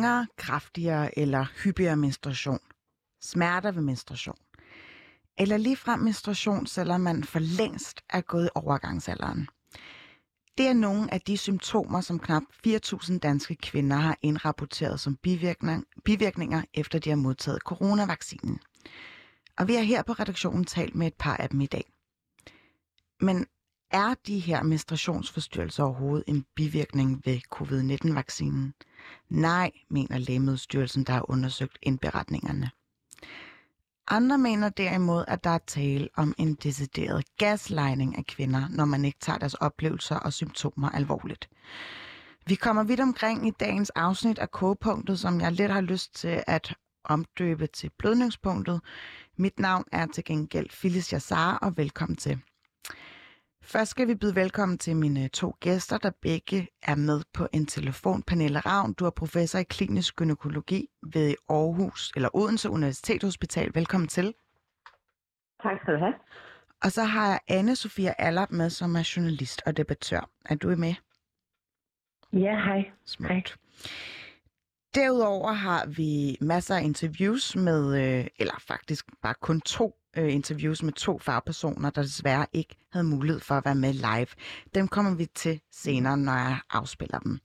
længere, kraftigere eller hyppigere menstruation, smerter ved menstruation, eller ligefrem menstruation, selvom man for længst er gået i overgangsalderen. Det er nogle af de symptomer, som knap 4.000 danske kvinder har indrapporteret som bivirkninger, efter de har modtaget coronavaccinen. Og vi har her på redaktionen talt med et par af dem i dag. Men er de her menstruationsforstyrrelser overhovedet en bivirkning ved covid-19-vaccinen? Nej, mener Lægemiddelstyrelsen, der har undersøgt indberetningerne. Andre mener derimod, at der er tale om en decideret gaslighting af kvinder, når man ikke tager deres oplevelser og symptomer alvorligt. Vi kommer vidt omkring i dagens afsnit af kogepunktet, som jeg lidt har lyst til at omdøbe til blødningspunktet. Mit navn er til gengæld Phyllis Jassar, og velkommen til. Først skal vi byde velkommen til mine to gæster, der begge er med på en telefon. Pernille Ravn, du er professor i klinisk gynækologi ved Odense Universitetshospital. Velkommen til. Tak skal du have. Og så har jeg Anne-Sophia Allerup med, som er journalist og debattør. Er du med? Ja, hej. Smukt. Hej. Derudover har vi masser af interviews med, eller faktisk bare kun 2 interviews med 2 fagpersoner, der desværre ikke havde mulighed for at være med live. Dem kommer vi til senere, når jeg afspiller dem.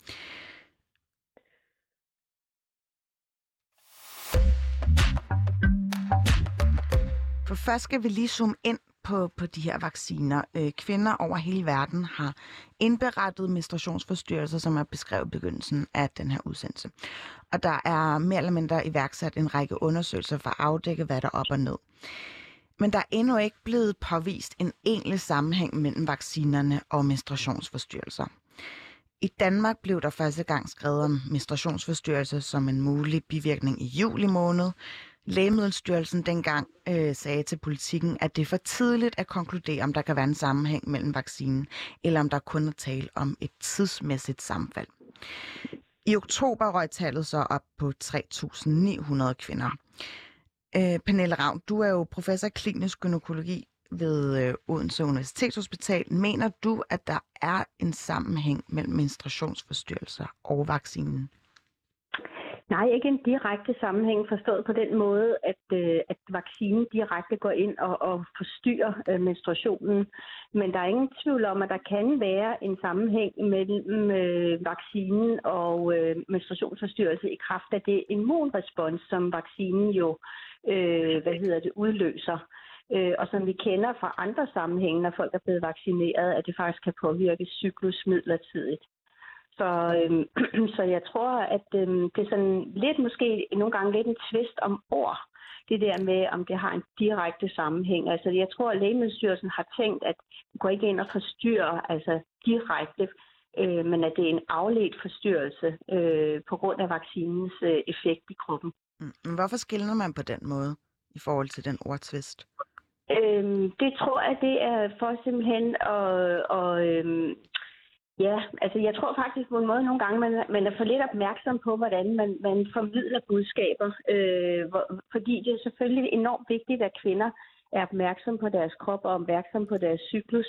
For først skal vi lige zoome ind på de her vacciner. Kvinder over hele verden har indberettet menstruationsforstyrrelser, som er beskrevet i begyndelsen af den her udsendelse. Og der er mere eller mindre iværksat en række undersøgelser for at afdække, hvad der er op og ned. Men der er endnu ikke blevet påvist en egentlig sammenhæng mellem vaccinerne og menstruationsforstyrrelser. I Danmark blev der første gang skrevet om menstruationsforstyrrelser som en mulig bivirkning i juli måned. Lægemiddelstyrelsen dengang sagde til Politikken, at det er for tidligt at konkludere, om der kan være en sammenhæng mellem vaccinen, eller om der kun er tale om et tidsmæssigt sammenfald. I oktober røg tallet så op på 3.900 kvinder. Pernille Ravn, du er jo professor i klinisk gynækologi ved Odense Universitetshospital. Mener du, at der er en sammenhæng mellem menstruationsforstyrrelser og vaccinen? Nej, ikke en direkte sammenhæng forstået på den måde, at vaccinen direkte går ind og forstyrrer menstruationen. Men der er ingen tvivl om, at der kan være en sammenhæng mellem vaccinen og menstruationsforstyrrelse i kraft af det immunrespons, som vaccinen jo udløser. Og som vi kender fra andre sammenhænge, når folk er blevet vaccineret, at det faktisk kan påvirke cyklus midlertidigt. Så jeg tror, at det er sådan lidt, måske nogle gange lidt en tvist om ord, det der med, om det har en direkte sammenhæng. Altså jeg tror, at Lægemiddelstyrelsen har tænkt, at det går ikke ind og forstyrre altså direkte, men at det er en afledt forstyrrelse på grund af vaccinens effekt i kroppen. Men hvorfor skelner man på den måde i forhold til den ordtvist? Det tror jeg, det er for simpelthen ja, altså jeg tror faktisk på en måde nogle gange, man er for lidt opmærksom på, hvordan man formidler budskaber. Fordi det er selvfølgelig enormt vigtigt, at kvinder er opmærksom på deres krop og opmærksom på deres cyklus.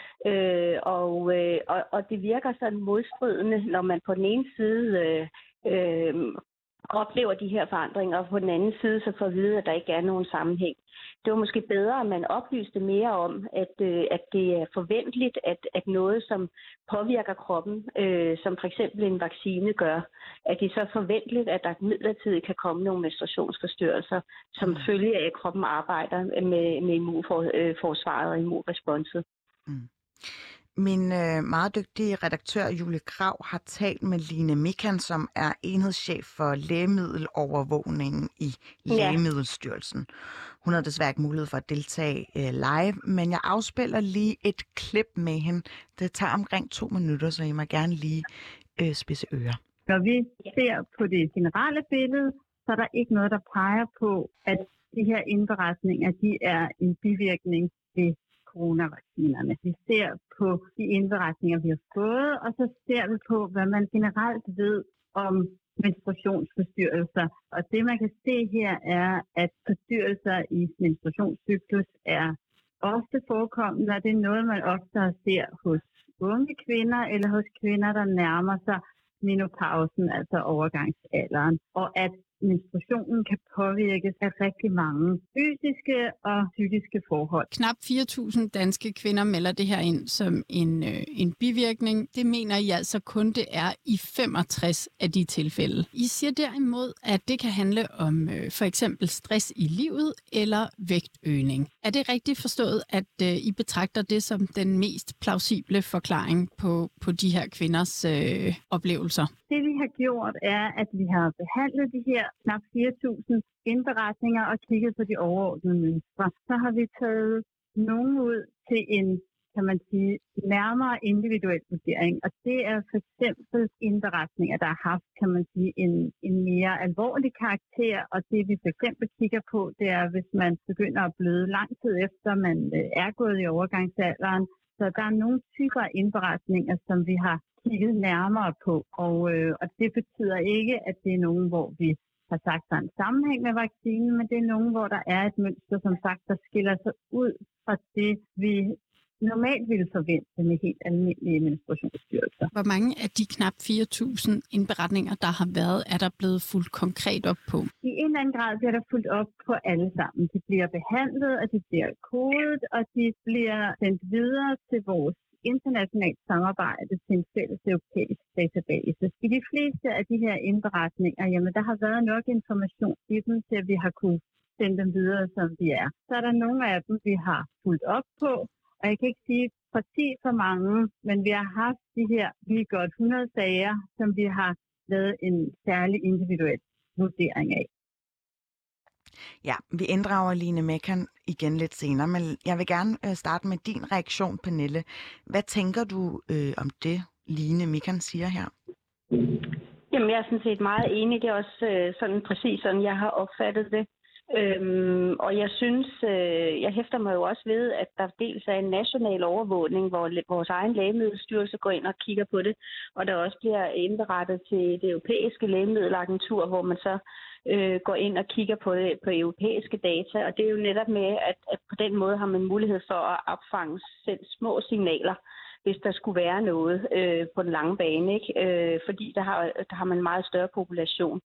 Og det virker sådan modstridende, når man på den ene side oplever de her forandringer, og på den anden side så får at vide, at der ikke er nogen sammenhæng. Det var måske bedre, at man oplyste mere om, at det er forventeligt, at noget, som påvirker kroppen, som for eksempel en vaccine gør, at det er så forventeligt, at der midlertidigt kan komme nogle menstruationsforstyrrelser, som følge af, at kroppen arbejder med immunforsvaret og immunresponset. Mm. Min meget dygtige redaktør Julie Krav har talt med Line Mikan, som er enhedschef for lægemiddelovervågningen i Lægemiddelstyrelsen. Hun havde desværre ikke mulighed for at deltage live, men jeg afspiller lige et klip med hende. Det tager omkring 2 minutter, så I må gerne lige spidse ører. Når vi ser på det generelle billede, så er der ikke noget, der peger på, at de her indberetninger, de er en bivirkning ved coronavaccinerne. Vi ser på de indberetninger, vi har fået, og så ser vi på, hvad man generelt ved om menstruationsforstyrrelser. Og det, man kan se her, er, at forstyrrelser i menstruationscyklus er ofte forekommende, og det er noget, man ofte ser hos unge kvinder eller hos kvinder, der nærmer sig menopausen, altså overgangsalderen, og at menstruationen kan påvirkes af rigtig mange fysiske og psykiske forhold. Knap 4.000 danske kvinder melder det her ind som en bivirkning. Det mener I altså kun det er i 65 af de tilfælde. I siger derimod, at det kan handle om for eksempel stress i livet eller vægtøgning. Er det rigtigt forstået, at I betragter det som den mest plausible forklaring på de her kvinders oplevelser? Det vi har gjort er, at vi har behandlet de her knap 4.000 indberetninger og kigget på de overordnede mønstre. Så har vi taget nogen ud til en, kan man sige, nærmere individuel vurdering. Og det er for eksempel indberetninger, der har haft, kan man sige, en mere alvorlig karakter. Og det vi for eksempel kigger på, det er, hvis man begynder at bløde lang tid efter, man er gået i overgangsalderen. Så der er nogle typer af indberetninger, som vi har kigget nærmere på, og det betyder ikke, at det er nogen, hvor vi har sagt, der er en sammenhæng med vaccinen, men det er nogen, hvor der er et mønster, som sagt, der skiller sig ud fra det, vi normalt ville forvente med helt almindelige menstruationsstyrelser. Hvor mange af de knap 4.000 indberetninger, der har været, er der blevet fuldt konkret op på? I en eller anden grad bliver der fuldt op på alle sammen. De bliver behandlet, og de bliver kodet, og de bliver sendt videre til vores internationalt samarbejde til en fælles europæisk database. I de fleste af de her indberetninger, jamen der har været nok information i dem, til at vi har kunne sende dem videre, som de er. Så er der nogle af dem, vi har fulgt op på, og jeg kan ikke sige præcis for mange, men vi har haft de her lige godt 100 sager, som vi har lavet en særlig individuel vurdering af. Ja, vi inddrager Line Mekkan igen lidt senere, men jeg vil gerne starte med din reaktion, Pernille. Hvad tænker du om det, Line Mekkan siger her? Jamen, jeg er sådan set meget enig. Det er også sådan præcis sådan, jeg har opfattet det. Og jeg synes, jeg hæfter mig jo også ved, at der dels er en national overvågning, hvor vores egen lægemiddelstyrelse går ind og kigger på det, og der også bliver indberettet til det europæiske lægemiddelagentur, hvor man så går ind og kigger på det på europæiske data, og det er jo netop med, at på den måde har man mulighed for at opfange selv små signaler, hvis der skulle være noget på den lange bane, ikke? Fordi der har man en meget større population.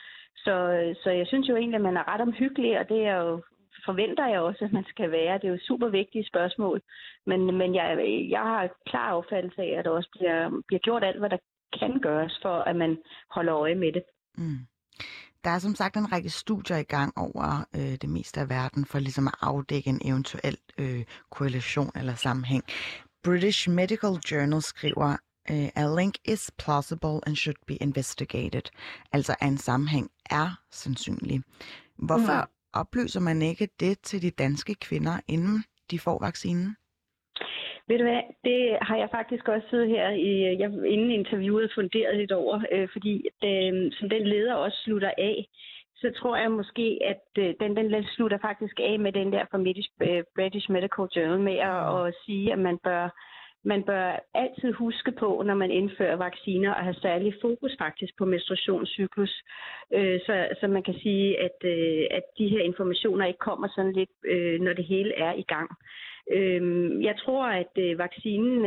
Så jeg synes jo egentlig, at man er ret omhyggelig, og det er jo, forventer jeg også, at man skal være. Det er jo super vigtige spørgsmål. Men jeg har klar opfattelse af, at der også bliver gjort alt, hvad der kan gøres, for at man holder øje med det. Mm. Der er som sagt en række studier i gang over det meste af verden, for ligesom at afdække en eventuel korrelation eller sammenhæng. British Medical Journal skriver, a link is plausible and should be investigated. Altså at en sammenhæng er sandsynlig. Hvorfor oplyser man ikke det til de danske kvinder, inden de får vaccinen? Ved du hvad, det har jeg faktisk også siddet her inden interviewet funderet lidt over, fordi som den leder også slutter af, så tror jeg måske, at den slutter faktisk af med den der fra British Medical Journal med at sige, at man bør altid huske på, når man indfører vacciner, at have særlig fokus faktisk på menstruationscyklus. Så man kan sige, at de her informationer ikke kommer sådan lidt, når det hele er i gang. Jeg tror, at vaccinen,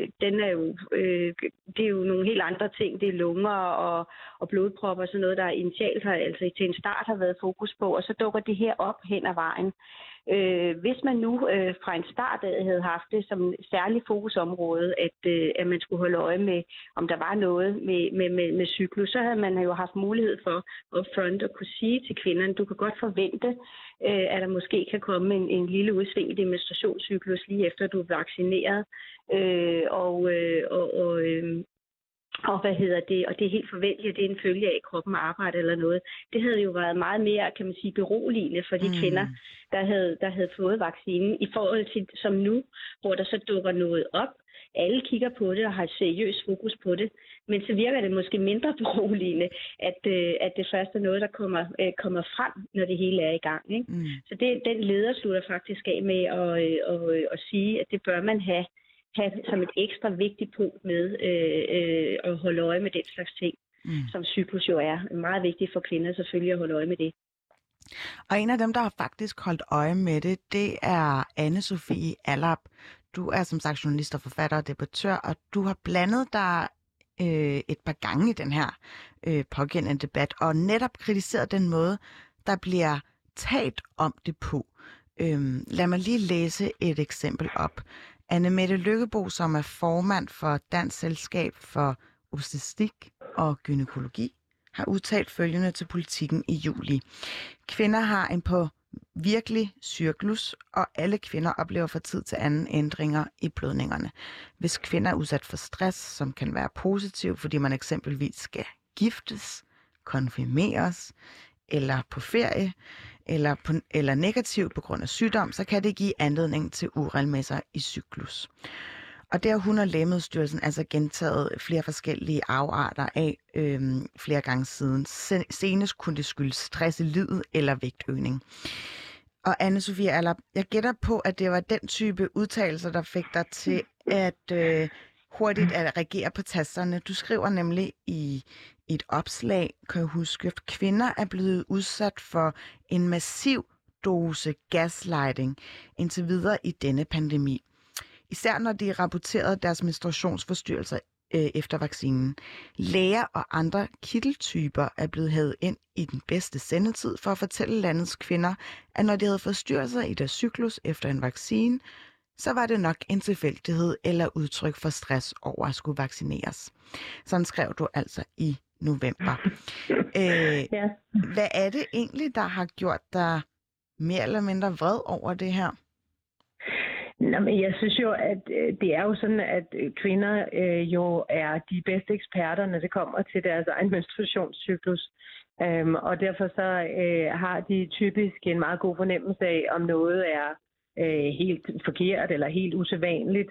det er jo nogle helt andre ting. Det er lunger og blodpropper og sådan noget, der initialt altså til en start har været fokus på, og så dukker det her op hen ad vejen. Hvis man nu fra en start havde haft det som særlig fokusområde, at man skulle holde øje med, om der var noget med cyklus, så havde man jo haft mulighed for upfront at kunne sige til kvinderne, du kan godt forvente, at der måske kan komme en lille udsving i din menstruationscyklus lige efter du er vaccineret. Og og det er helt forventeligt, at det er en følge af, at kroppen arbejder eller noget. Det havde jo været meget mere, kan man sige, beroligende for de kvinder, der havde fået vaccinen, i forhold til som nu, hvor der så dukker noget op. Alle kigger på det og har et seriøst fokus på det, men så virker det måske mindre beroligende, at det først er noget, der kommer frem, når det hele er i gang. Ikke? Så den leder slutter faktisk af med at sige, at det bør man have som et ekstra vigtigt punkt med at holde øje med den slags ting, som cyklus jo er. Meget vigtigt for kvinder selvfølgelig at holde øje med det. Og en af dem, der har faktisk holdt øje med det er Anne-Sophie Allap. Du er som sagt journalist og forfatter og debattør, og du har blandet dig et par gange i den her pågældende debat, og netop kritiseret den måde, der bliver talt om det på. Lad mig lige læse et eksempel op. Anne-Mette Lykkebo, som er formand for Dansk Selskab for Obstetrik og Gynækologi, har udtalt følgende til Politikken i juli. Kvinder har en på virkelig cyklus, og alle kvinder oplever fra tid til anden ændringer i blødningerne. Hvis kvinder er udsat for stress, som kan være positiv, fordi man eksempelvis skal giftes, konfirmeres, eller på ferie, eller negativt på grund af sygdom, så kan det give anledning til uregelmæssigheder i cyklus. Og det har hun og Lægemiddelstyrelsen altså gentaget flere forskellige afarter af flere gange siden. Senest kunne det skyldes stress i livet eller vægtøgning. Og Anne-Sophie Allerup, jeg gætter på, at det var den type udtalelser, der fik dig til at hurtigt at reagere på tasterne. Du skriver nemlig i et opslag, kan jeg huske, at kvinder er blevet udsat for en massiv dose gaslighting indtil videre i denne pandemi. Især når de rapporterede deres menstruationsforstyrrelser efter vaccinen. Læger og andre kitteltyper er blevet hævet ind i den bedste sendetid for at fortælle landets kvinder, at når de havde forstyrrelser i deres cyklus efter en vaccine, så var det nok en tilfældighed eller udtryk for stress over at skulle vaccineres. Sådan skrev du altså i november. Ja. Hvad er det egentlig, der har gjort dig mere eller mindre vred over det her? Nå, men jeg synes jo, at det er jo sådan, at kvinder jo er de bedste eksperter, når det kommer til deres egen menstruationscyklus. Og derfor så har de typisk en meget god fornemmelse af, om noget er helt forkert eller helt usædvanligt.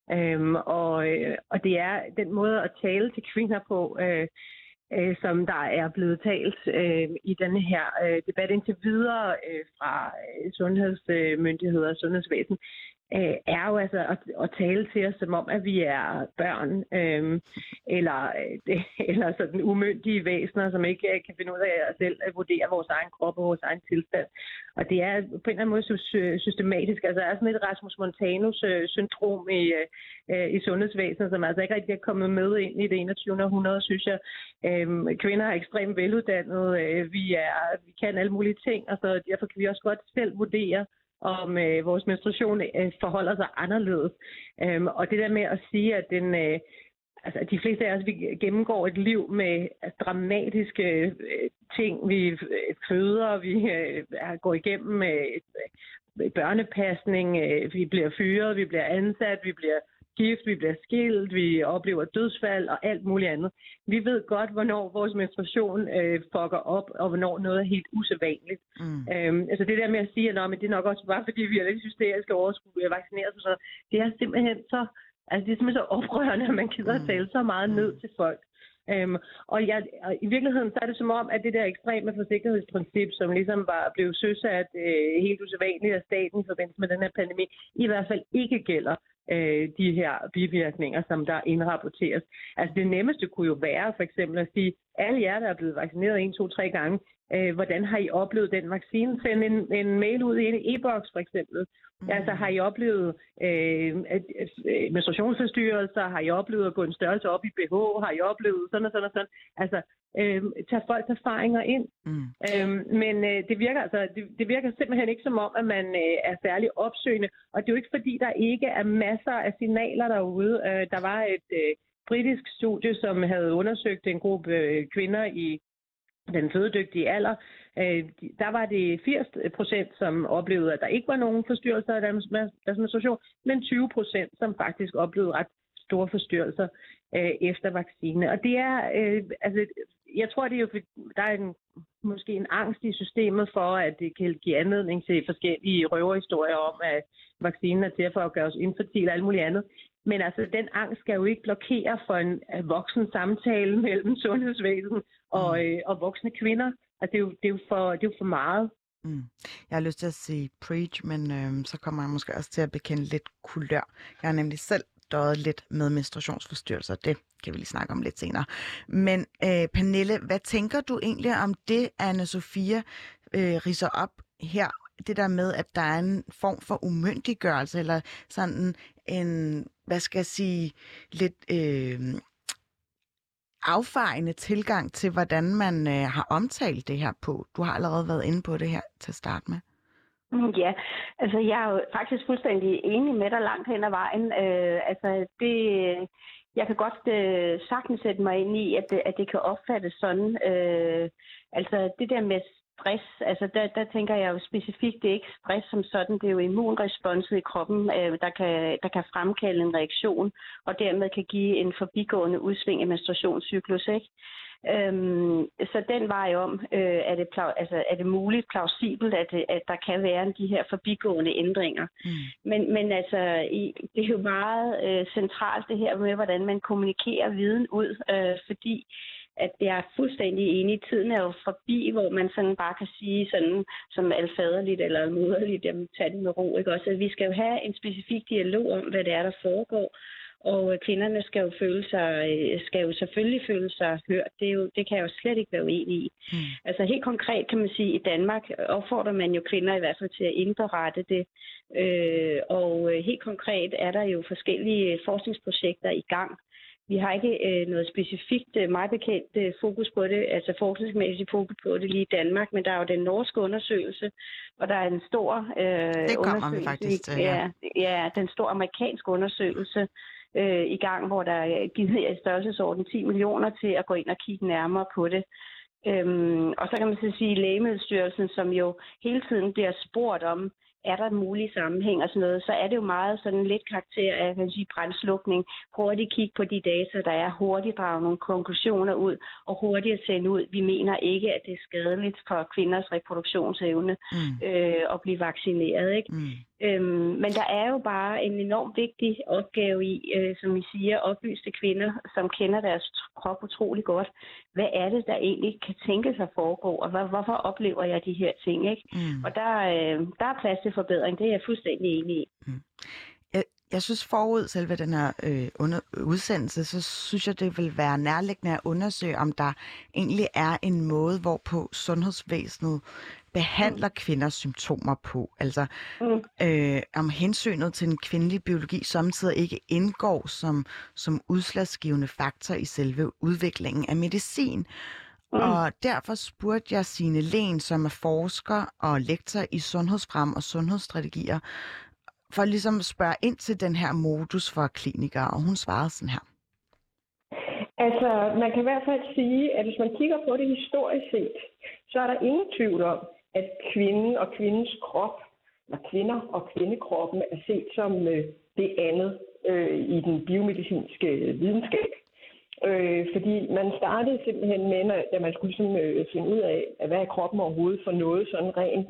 Og det er den måde at tale til kvinder på, som der er blevet talt i denne her debat indtil videre fra sundhedsmyndigheder og sundhedsvæsen, er jo altså at tale til os, som om, at vi er børn, eller sådan umyndige væsener, som ikke kan finde ud af at selv at vurdere vores egen krop og vores egen tilstand. Og det er på en eller anden måde systematisk. Altså der er sådan et Rasmus Montanus-syndrom i sundhedsvæsenet, som altså ikke rigtig er kommet med ind i det 21. århundrede, synes jeg. Kvinder er ekstremt veluddannede. Vi kan alle mulige ting, og så derfor kan vi også godt selv vurdere, om vores menstruation forholder sig anderledes. Og det der med at sige, at altså de fleste af os, vi gennemgår et liv med dramatiske ting. Vi føder, vi går igennem børnepasning, vi bliver fyret, vi bliver ansat, vi bliver gift, vi bliver skilt, vi oplever dødsfald og alt muligt andet. Vi ved godt, hvornår vores menstruation fucker op, og hvornår noget er helt usædvanligt. Altså det der med at sige, at det er nok også bare fordi, vi er lidt hysteriske over at skulle vaccineres og sådan, det er simpelthen så oprørende, at man gider at tale så meget ned til folk. Og i virkeligheden så er det som om, at det der ekstreme forsigtighedsprincip, som ligesom var blevet søsat helt usædvanligt af staten i forbindelse med den her pandemi, i hvert fald ikke gælder de her bivirkninger, som der indrapporteres. Altså det nemmeste kunne jo være for eksempel at sige, alle jer, der er blevet vaccineret 1, 2, 3 gange, hvordan har I oplevet den vaccine? Send en mail ud i en e-boks for eksempel. Altså har I oplevet menstruationsforstyrrelser? Har I oplevet at gå en størrelse op i BH? Har I oplevet sådan og sådan og sådan? Altså tage folks erfaringer ind. Men det virker simpelthen ikke som om, at man er særlig opsøgende. Og det er jo ikke fordi, der ikke er masser af signaler derude. Der var et britisk studie, som havde undersøgt en gruppe kvinder i den fødedygtige alder. Der var det 80%, som oplevede, at der ikke var nogen forstyrrelser af deres menstruation, men 20%, som faktisk oplevede ret store forstyrrelser efter vaccine. Og det er, jeg tror, det er jo, der er måske en angst i systemet for, at det kan give anledning til forskellige røverhistorier om, at vaccinen er til for at gøre os infertile og alt muligt andet. Men altså, den angst skal jo ikke blokere for en voksen samtale mellem sundhedsvæsen og voksne kvinder. Altså, det er jo for meget. Jeg har lyst til at sige preach, men så kommer jeg måske også til at bekende lidt kulør. Jeg har nemlig selv døjet lidt med menstruationsforstyrrelser. Det kan vi lige snakke om lidt senere. Men Pernille, hvad tænker du egentlig om det, Anne-Sophie ridser op her? Det der med, at der er en form for umyndiggørelse, eller sådan en, hvad skal jeg sige, lidt affejende tilgang til, hvordan man har omtalt det her på. Du har allerede været inde på det her til at starte med. Ja, altså jeg er jo faktisk fuldstændig enig med dig langt hen ad vejen. Jeg kan godt sagtens sætte mig ind i, at det kan opfattes sådan. Altså det der med stress, altså der tænker jeg jo specifikt, det er ikke stress som sådan, det er jo immunresponset i kroppen, der kan fremkalde en reaktion, og dermed kan give en forbigående udsving i menstruationscyklus, ikke? Så den vej om, er det muligt, plausibelt, at der kan være de her forbigående ændringer. Men altså, det er jo meget centralt det her med, hvordan man kommunikerer viden ud, fordi at jeg er fuldstændig enig. Tiden er jo forbi, hvor man sådan bare kan sige sådan, som alfaderligt eller moderligt, jamen tag det med ro, ikke også? At vi skal jo have en specifik dialog om, hvad det er, der foregår, og kvinderne skal jo selvfølgelig føle sig hørt. Det kan jeg jo slet ikke være uenig i. Altså helt konkret kan man sige, at i Danmark opfordrer man jo kvinder i hvert fald til at indberette det, og helt konkret er der jo forskellige forskningsprojekter i gang. Vi har ikke noget specifikt, meget bekendt fokus på det, altså forskningsmæssigt fokus på det lige i Danmark, men der er jo den norske undersøgelse, og der er en stor undersøgelse. Faktisk til, ja. Ja, den store amerikanske undersøgelse i gang, hvor der er givet i størrelsesorden 10 millioner til at gå ind og kigge nærmere på det. Og så kan man så sige Lægemiddelstyrelsen, som jo hele tiden bliver spurgt om, er der en mulig sammenhæng og sådan noget, så er det jo meget sådan lidt karakter af, brændslukning. Hurtigt kigge på de data, der er, hurtigt drage nogle konklusioner ud, og hurtigt sende ud. Vi mener ikke, at det er skadeligt for kvinders reproduktionsevne at blive vaccineret, ikke? Men der er jo bare en enormt vigtig opgave i, som I siger, oplyste kvinder, som kender deres krop utrolig godt. Hvad er det, der egentlig kan tænke sig foregå, og hvorfor oplever jeg de her ting, ikke? Og der er plads til forbedring, det er jeg fuldstændig enig i. Jeg synes forud selve den her udsendelse, så synes jeg, det vil være nærliggende at undersøge, om der egentlig er en måde, hvorpå sundhedsvæsenet behandler kvinders symptomer på. Altså om hensynet til den kvindelige biologi samtidig ikke indgår som udslagsgivende faktor i selve udviklingen af medicin. Og derfor spurgte jeg Signe Lehn, som er forsker og lektor i sundhedsfremme og sundhedsstrategier, for ligesom at spørge ind til den her modus for klinikere, og hun svarede sådan her. Altså, man kan i hvert fald sige, at hvis man kigger på det historisk set, så er der ingen tvivl om, at kvinden og kvindens krop, eller kvinder og kvindekroppen, er set som det andet i den biomedicinske videnskab. Fordi man startede simpelthen med, da man skulle finde ud af, hvad er kroppen overhovedet for noget sådan rent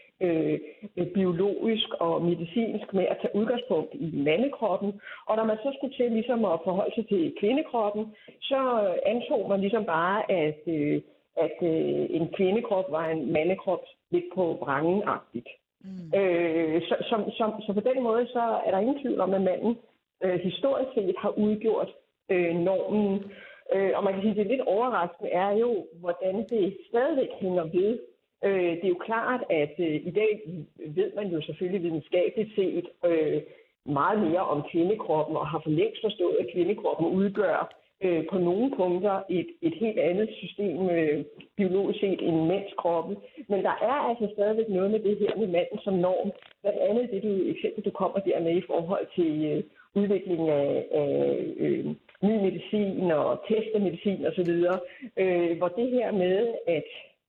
biologisk og medicinsk med at tage udgangspunkt i mandekroppen. Og når man så skulle til ligesom at forholde sig til kvindekroppen, så antog man ligesom bare, at en kvindekrop var en mandekrop lidt på vrangen-agtigt. Så på den måde så er der ingen tvivl om, at manden historisk set har udgjort normen. Og man kan sige, at det lidt overraskende er jo, hvordan det stadigvæk hænger ved. Det er jo klart, at i dag ved man jo selvfølgelig videnskabeligt set meget mere om kvindekroppen, og har for længst forstået, at kvindekroppen udgør på nogle punkter et helt andet system biologisk set end mænds kroppen. Men der er altså stadigvæk noget med det her med manden som norm. Blandt andet det eksempel, du kommer der med i forhold til udviklingen af ny medicin og testemedicin osv., hvor det her med at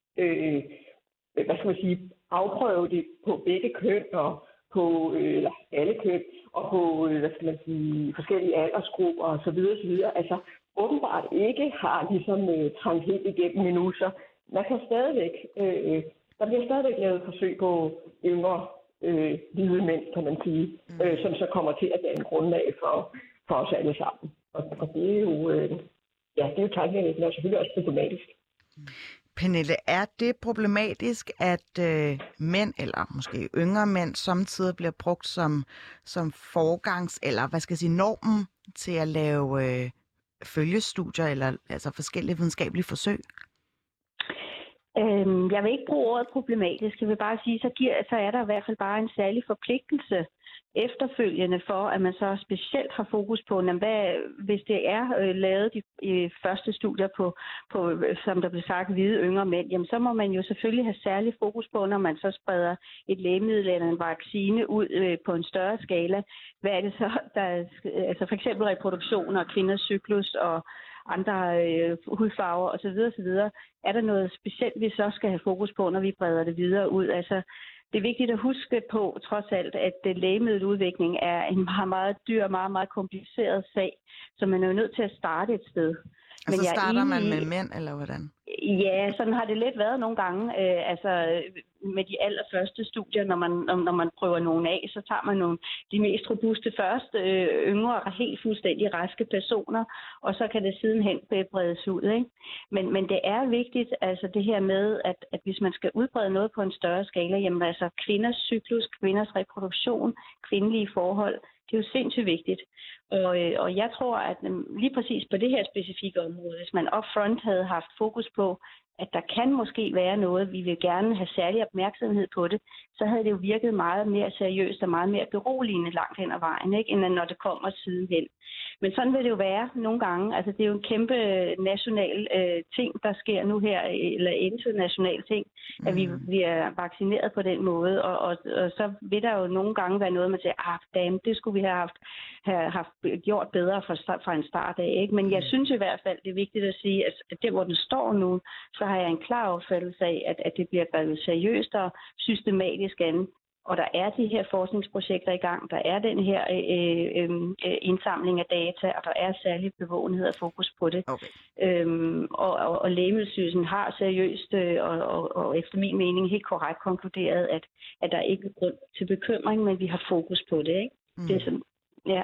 afprøve det på begge køn og på alle køn og på forskellige aldersgrupper osv. Altså åbenbart ikke har ligesom trængt helt igennem endnu, så man kan stadigvæk, der bliver stadigvæk lavet forsøg på yngre hvide mænd, kan man sige, som så kommer til at danne grundlag for os alle sammen. Og det er jo, det er jo tankevækkende og selvfølgelig også problematisk. Pernille, er det problematisk, at mænd, eller måske yngre mænd, samtidig bliver brugt som forgangs, eller hvad skal jeg sige, normen til at lave følgestudier, eller altså forskellige videnskabelige forsøg? Jeg vil ikke bruge ordet problematisk. Jeg vil bare sige, så er der i hvert fald bare en særlig forpligtelse efterfølgende for, at man så specielt har fokus på, hvis det er lavet de første studier på, som der blev sagt, hvide yngre mænd, jamen så må man jo selvfølgelig have særlig fokus på, når man så spreder et lægemiddel eller en vaccine ud på en større skala. Hvad er det så, altså for eksempel reproduktion og kvinders cyklus og andre hudfarver osv. Er der noget specielt, vi så skal have fokus på, når vi breder det videre ud? Altså, det er vigtigt at huske på, trods alt, at lægemiddeludvikling er en meget, meget dyr, meget, meget kompliceret sag, så man er jo nødt til at starte et sted. Og så starter man med mænd, eller hvordan? Ja, sådan har det lidt været nogle gange. Altså med de allerførste studier, når man prøver nogen af, så tager man de mest robuste først, yngre og helt fuldstændig raske personer, og så kan det sidenhen bredes ud. Ikke? Men det er vigtigt, altså det her med, at hvis man skal udbrede noget på en større skala, jamen altså kvinders cyklus, kvinders reproduktion, kvindelige forhold, det er jo sindssygt vigtigt. Og jeg tror, at lige præcis på det her specifikke område, hvis man upfront havde haft fokus på, at der kan måske være noget, vi vil gerne have særlig opmærksomhed på det, så havde det jo virket meget mere seriøst og meget mere beroligende langt hen ad vejen, ikke? End når det kommer sidenhen. Men sådan vil det jo være nogle gange. Altså, det er jo en kæmpe national ting, der sker nu her, eller international ting, at vi er vaccineret på den måde. Og så vil der jo nogle gange være noget, man siger, det skulle vi have haft gjort bedre fra en start af. Ikke? Men jeg synes i hvert fald, det er vigtigt at sige, at der, hvor den står nu, så har jeg en klar opfattelse af, at det bliver grebet seriøst og systematisk an. Og der er de her forskningsprojekter i gang, der er den her indsamling af data, og der er særlig bevågenhed og fokus på det. Okay. Og Lægemiddelstyrelsen har seriøst og efter min mening helt korrekt konkluderet, at der ikke er grund til bekymring, men vi har fokus på det. Ikke? Det er sådan, ja.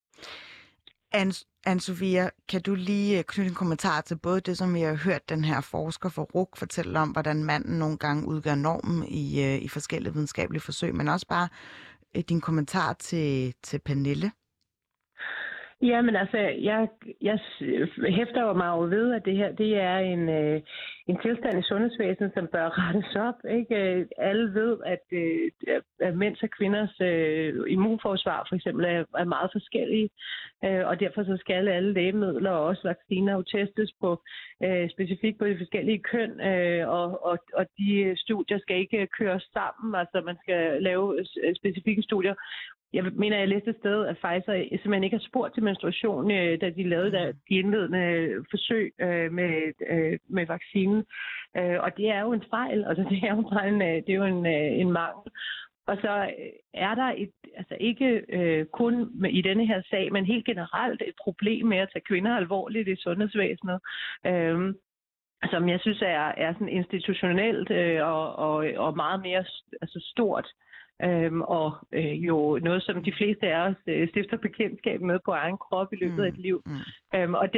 Anne-Sophia, kan du lige knytte en kommentar til både det, som vi har hørt den her forsker fra RUC fortælle om, hvordan manden nogle gange udgør normen i forskellige videnskabelige forsøg, men også bare din kommentar til Pernille? Jamen altså, jeg hæfter jo mig ved, at det her det er en tilstand i sundhedsvæsenet, som bør rettes op. Ikke? Alle ved, at mænds og kvinders immunforsvar for eksempel er meget forskellige, og derfor så skal alle lægemidler og også vacciner jo testes på specifikt på de forskellige køn, og de studier skal ikke køres sammen, altså man skal lave specifikke studier. Jeg mener, jeg læste et sted, at Pfizer simpelthen ikke har spurgt til menstruation, da de lavede de indledende forsøg med vaccinen. Og det er jo en fejl, altså det er jo bare en mangel. Og så er der ikke kun i denne her sag, men helt generelt et problem med at tage kvinder alvorligt i sundhedsvæsenet. Som jeg synes er sådan institutionelt og meget mere stort. Og jo noget, som de fleste af os stifter bekendtskab med på egen krop i løbet af et liv. Og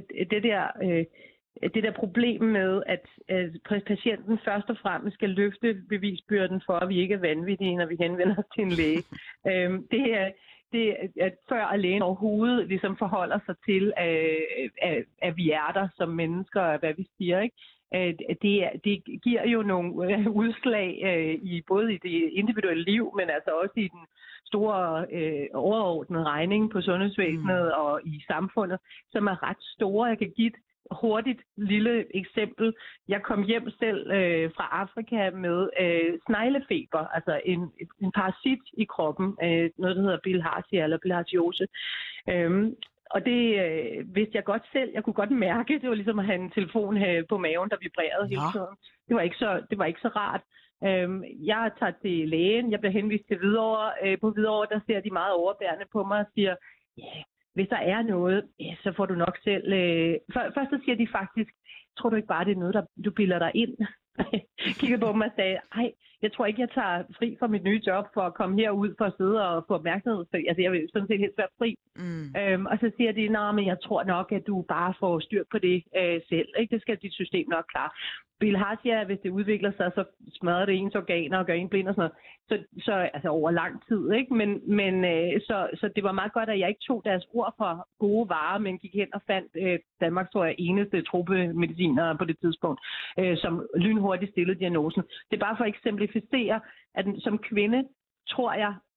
det der problem med, at patienten først og fremmest skal løfte bevisbyrden for, at vi ikke er vanvittige, når vi henvender os til en læge. Det er, at før lægen overhovedet ligesom forholder sig til, at vi er der som mennesker, og hvad vi siger, ikke? Det giver jo nogle udslag både i det individuelle liv, men altså også i den store overordnede regning på sundhedsvæsenet og i samfundet, som er ret store. Jeg kan give et hurtigt lille eksempel. Jeg kom hjem selv fra Afrika med sneglefeber, altså en parasit i kroppen, noget der hedder bilharzia eller bilharziose. Og det vidste jeg godt selv. Jeg kunne godt mærke, det var ligesom at have en telefon på maven, der vibrerede hele tiden. Det var ikke så rart. Jeg tager til lægen. Jeg bliver henvist til Hvidovre. På Hvidovre, der ser de meget overbærende på mig og siger, hvis der er noget, så får du nok selv... Først så siger de faktisk, tror du ikke bare, det er noget, du bilder dig ind? Kiggede på mig og sagde, jeg tror ikke, jeg tager fri fra mit nye job for at komme herud for at sidde og få opmærksomhed. Altså, jeg vil sådan set helst være fri. Og så siger de, men jeg tror nok, at du bare får styr på det selv. Ikke? Det skal dit system nok klare. Bilharzia, hvis det udvikler sig, så smadrer det ens organer og gør en blind og sådan noget. Så altså over lang tid, ikke? Men så det var meget godt, at jeg ikke tog deres ord for gode varer, men gik hen og fandt Danmarks, tror jeg, eneste truppemediciner på det tidspunkt, som lynhurtigt stillede diagnosen. Det er bare for at eksemplificere, at som kvinde tror jeg,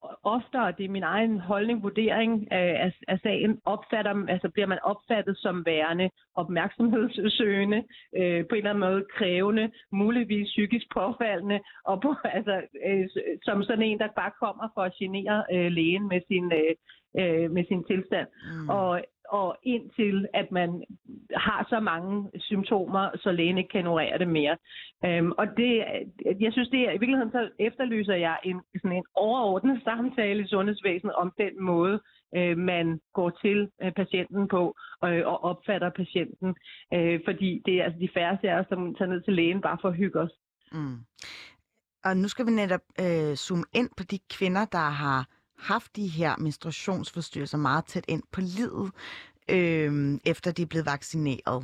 oftere, det er min egen holdning, vurdering af sagen, bliver man opfattet som værende opmærksomhedssøgende, på en eller anden måde krævende, muligvis psykisk påfaldende, og som sådan en, der bare kommer for at genere lægen med sin tilstand. Og indtil at man har så mange symptomer, så lægen ikke kan ignorere det mere. Og jeg synes, i virkeligheden så efterlyser jeg en overordnet samtale i sundhedsvæsenet om den måde, man går til patienten på og opfatter patienten. Fordi det er altså de færreste af os, som tager ned til lægen bare for at hygge os. Mm. Og nu skal vi netop zoome ind på de kvinder, der har haft de her menstruationsforstyrrelser meget tæt ind på livet, efter de er blevet vaccineret.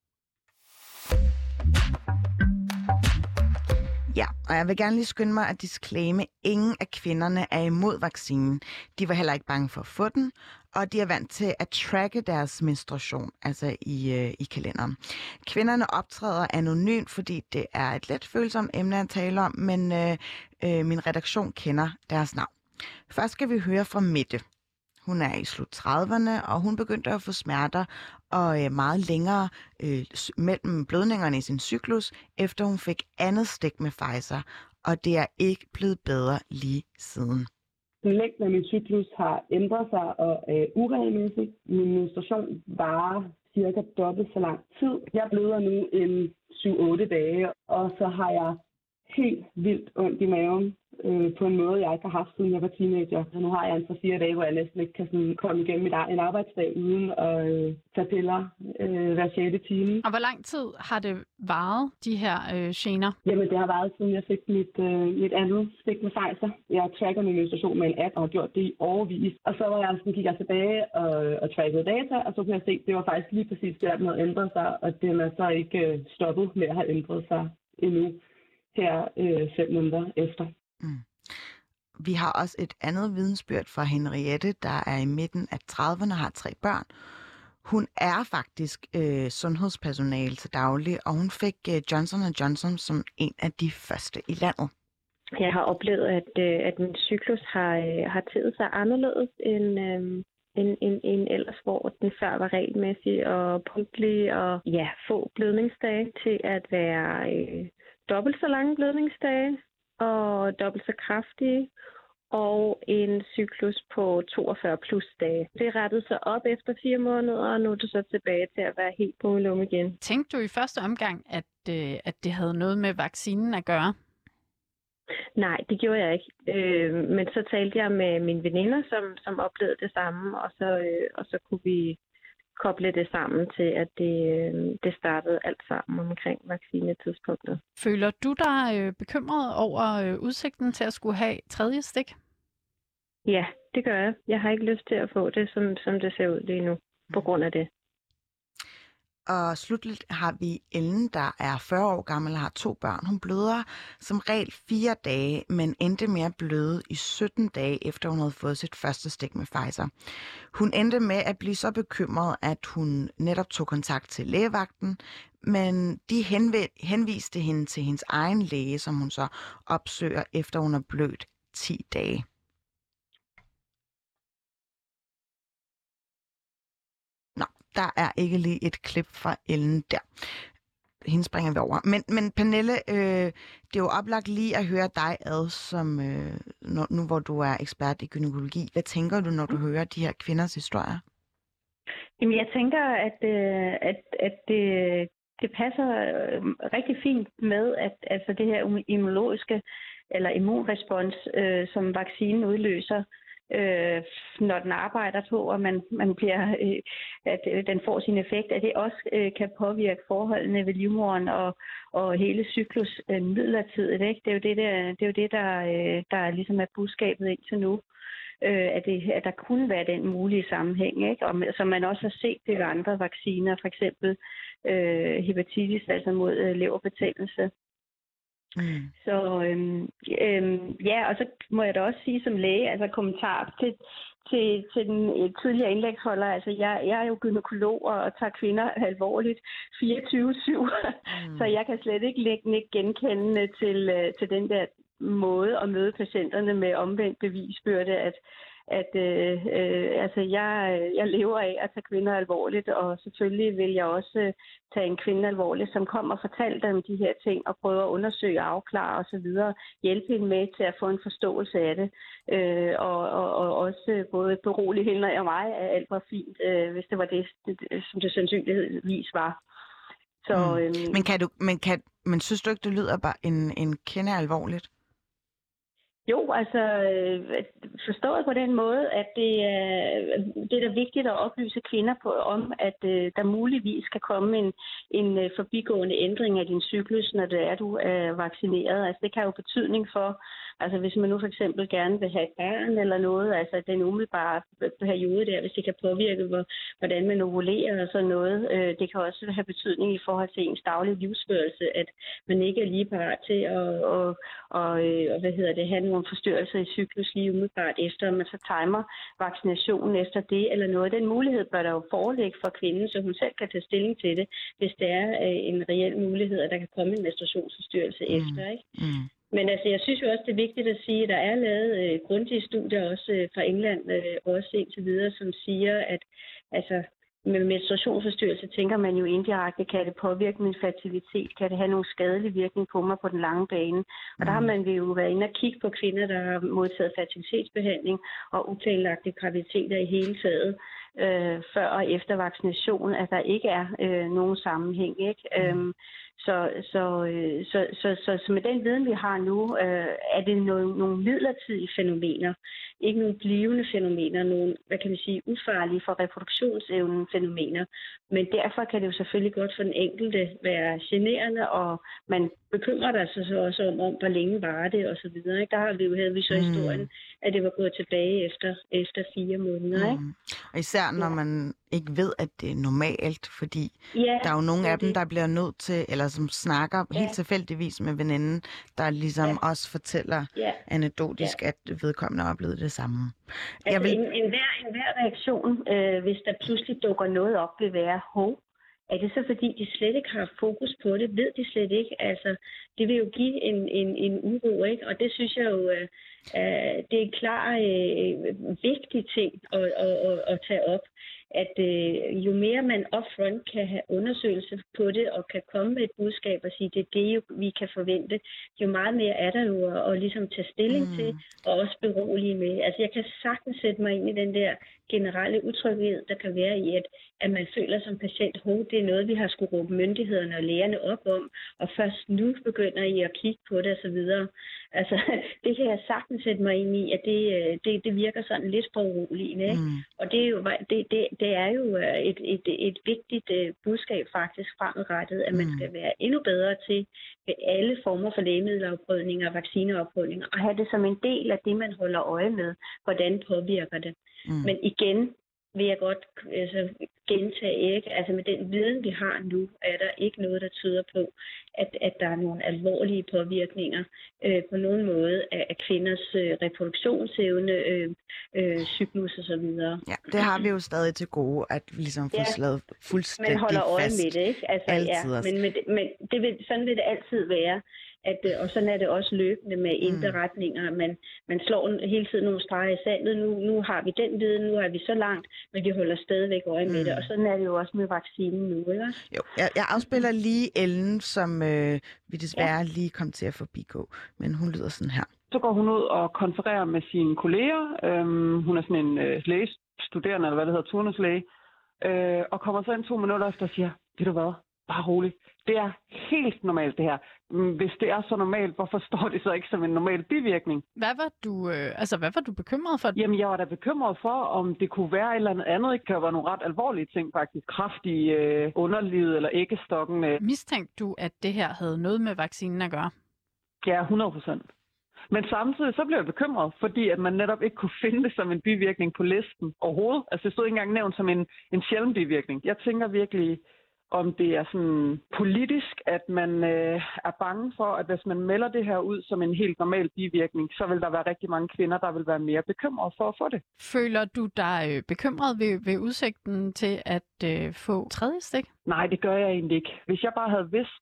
Ja, og jeg vil gerne lige skynde mig at disclaime, ingen af kvinderne er imod vaccinen. De var heller ikke bange for at få den, og de er vant til at tracke deres menstruation, altså i kalenderen. Kvinderne optræder anonymt, fordi det er et let følsomt emne at tale om, men min redaktion kender deres navn. Først skal vi høre fra Mette. Hun er i slut 30'erne, og hun begyndte at få smerter og meget længere mellem blødningerne i sin cyklus, efter hun fik andet stik med Pfizer, og det er ikke blevet bedre lige siden. Længden af min cyklus har ændret sig og er uregelmæssig. Min menstruation varer cirka dobbelt så lang tid. Jeg bløder nu en 7-8 dage, og så har jeg helt vildt ondt i maven på en måde, jeg ikke har haft, siden jeg var teenager. Og nu har jeg en 4 dage, hvor jeg næsten ikke kan komme igennem en arbejdsdag uden at tage piller hver 6. time. Og hvor lang tid har det varet, de her gener? Jamen, det har varet, siden jeg fik mit andet stik med Pfizer. Jeg tracker min menstruation med en app og har gjort det i årevis. Og så gik jeg tilbage og trackede data, og så kunne jeg se, at det var faktisk lige præcis der, den havde ændret sig, og den er så ikke stoppet med at have ændret sig endnu her 5 måneder efter. Mm. Vi har også et andet vidensbyrd fra Henriette, der er i midten af 30'erne og har 3 børn. Hun er faktisk sundhedspersonale til daglig, og hun fik Johnson & Johnson som en af de første i landet. Jeg har oplevet, at min cyklus har taget sig anderledes end ellers, hvor den før var regelmæssig og punktlig og få blødningsdage til at være dobbelt så lange blødningsdage og dobbelt så kraftige, og en cyklus på 42 plus dage. Det rettede sig op efter 4 måneder, og nu er det så tilbage til at være helt på lum igen. Tænkte du i første omgang, at det havde noget med vaccinen at gøre? Nej, det gjorde jeg ikke. Men så talte jeg med mine veninder, som oplevede det samme, og så kunne vi koble det sammen til, at det startede alt sammen omkring vaccinetidspunktet. Føler du dig bekymret over udsigten til at skulle have 3. stik? Ja, det gør jeg. Jeg har ikke lyst til at få det, som det ser ud lige nu, på grund af det. Og slutligt har vi Ellen, der er 40 år gammel og har 2 børn. Hun bløder som regel 4 dage, men endte med at bløde i 17 dage, efter hun havde fået sit første stik med Pfizer. Hun endte med at blive så bekymret, at hun netop tog kontakt til lægevagten, men de henviste hende til hendes egen læge, som hun så opsøger, efter hun har blødt 10 dage. Der er ikke lige et klip fra Ellen der. Hende springer vi over. Men Pernille, det er jo oplagt lige at høre dig ad, som nu hvor du er ekspert i gynækologi. Hvad tænker du, når du hører de her kvinders historier? Jamen, jeg tænker, at det passer rigtig fint med, at altså det her immunologiske eller immunrespons, som vaccinen udløser, når den arbejder på, og man bliver, at den får sin effekt, at det også kan påvirke forholdene ved livmoderen og hele cyklus midlertidigt. Ikke? Det er jo det, der ligesom er budskabet indtil nu. At der kunne være den mulige sammenhæng, ikke? Og som man også har set det ved andre vacciner, for eksempel hepatitis, altså mod leverbetændelse. Mm. Så og så må jeg da også sige som læge, altså kommentar til den tidligere indlægsholder, altså jeg er jo gynækolog og tager kvinder alvorligt 24/7, så jeg kan slet ikke genkende til den der måde at møde patienterne med omvendt bevisbyrde, altså jeg lever af at tage kvinder alvorligt, og selvfølgelig vil jeg også tage en kvinde alvorligt, som kommer og fortæller dem de her ting, og prøver at undersøge, afklare osv., hjælpe hende med til at få en forståelse af det, og også både berolige hende og mig, at alt var fint, hvis det var det, som det sandsynligvis var. Så, Men synes du ikke, det lyder bare en kende alvorligt? Jo, altså forstået på den måde, at det er da vigtigt at oplyse kvinder om, at der muligvis kan komme en forbigående ændring af din cyklus, når det er, du er vaccineret. Altså det kan jo betydning for, altså hvis man nu for eksempel gerne vil have et barn eller noget, altså den umiddelbare periode der, hvis det kan påvirke, hvordan man ovulerer og sådan noget. Det kan også have betydning i forhold til ens daglige livsførelse, at man ikke er lige parat til at have nogle forstyrrelser i cyklus lige umiddelbart efter, men så timer vaccinationen efter det eller noget. Den mulighed bør der jo foreligge for kvinden, så hun selv kan tage stilling til det, hvis det er en reel mulighed, at der kan komme en menstruationsforstyrrelse efter, ikke? Men altså, jeg synes jo også, det er vigtigt at sige, at der er lavet grundige studier også fra England, også indtil videre, som siger, at altså, med menstruationsforstyrrelse tænker man jo indirekte, kan det påvirke min fertilitet? Kan det have nogle skadelig virkning på mig på den lange bane? Og der har man jo været inde og kigge på kvinder, der har modtaget fertilitetsbehandling og uplanlagte graviditeter i hele taget, før og efter vaccination, at der ikke er nogen sammenhæng, ikke? Så med den viden, vi har nu, er det nogle midlertidige fænomener, ikke nogle blivende fænomener, nogle, hvad kan man sige, ufarlige for reproduktionsevnen fænomener. Men derfor kan det jo selvfølgelig godt for den enkelte være generende, og man bekymrer sig så også om hvor længe var det, og så videre. Ikke? Der havde vi så historien, at det var gået tilbage efter 4 måneder. Ikke? Og især når man ikke ved, at det er normalt, fordi der er jo nogle af dem, der bliver nødt til, eller som snakker helt tilfældigvis med veninden, der ligesom også fortæller anekdotisk, at vedkommende har oplevet det samme. Altså enhver reaktion, hvis der pludselig dukker noget op, vil være er det så fordi, de slet ikke har fokus på det? Ved de slet ikke? Altså, det vil jo give en uro, ikke? Og det synes jeg jo, det er en klar vigtig ting at tage op. At jo mere man upfront kan have undersøgelser på det, og kan komme med et budskab og sige, det er det, vi kan forvente, jo meget mere er der jo at ligesom tage stilling til, og også berolige med. Altså jeg kan sagtens sætte mig ind i den der generelle utryghed, der kan være i, at man føler som patient, det er noget, vi har skulle råbe myndighederne og lægerne op om, og først nu begynder I at kigge på det osv. Altså, det kan jeg sagtens sætte mig ind i, at det virker sådan lidt for uroligende, ikke? Og det er jo et vigtigt budskab faktisk fremadrettet, at man skal være endnu bedre til ved alle former for lægemiddelafprøvninger og vaccineafprøvninger, og have det som en del af det, man holder øje med, hvordan påvirker det. Men igen vil jeg godt gentage, ikke? Altså med den viden, vi har nu, er der ikke noget, der tyder på, at der er nogle alvorlige påvirkninger på nogen måde af kvinders reproduktionsevne, cyklus og så videre. Ja, det har vi jo stadig til gode, at vi ligesom får slået fuldstændig fast. Man holder øje med det, ikke? Altså, altid. Men sådan vil det altid være. Og sådan er det også løbende med indberetninger. Man slår hele tiden nogle streger i sandet. Nu har vi den viden, nu er vi så langt, men vi holder stadigvæk øje med det. Og sådan er det jo også med vaccinen nu, ikke? Jo, jeg afspiller lige Ellen, som vi desværre lige kom til at forbigå. Men hun lyder sådan her. Så går hun ud og konfererer med sine kolleger. Hun er sådan en lægestuderende, eller hvad det hedder, turnuslæge. Og kommer så ind 2 minutter efter og siger, ved du hvad? Bare roligt. Det er helt normalt det her. Hvis det er så normalt, hvorfor står det så ikke som en normal bivirkning? Hvad var du bekymret for? Jamen, jeg var da bekymret for, om det kunne være et eller andet. Det kan være nogle ret alvorlige ting faktisk. Kræft i underlivet eller æggestokken. Mistænkte du, at det her havde noget med vaccinen at gøre? Ja, 100%. Men samtidig så blev jeg bekymret, fordi at man netop ikke kunne finde det som en bivirkning på listen overhovedet. Altså det stod ikke engang nævnt som en sjælden bivirkning. Jeg tænker virkelig, om det er sådan politisk, at man er bange for, at hvis man melder det her ud som en helt normal bivirkning, så vil der være rigtig mange kvinder, der vil være mere bekymrede for at få det. Føler du dig bekymret ved udsigten til at få 3. stik? Nej, det gør jeg egentlig ikke. Hvis jeg bare havde vidst,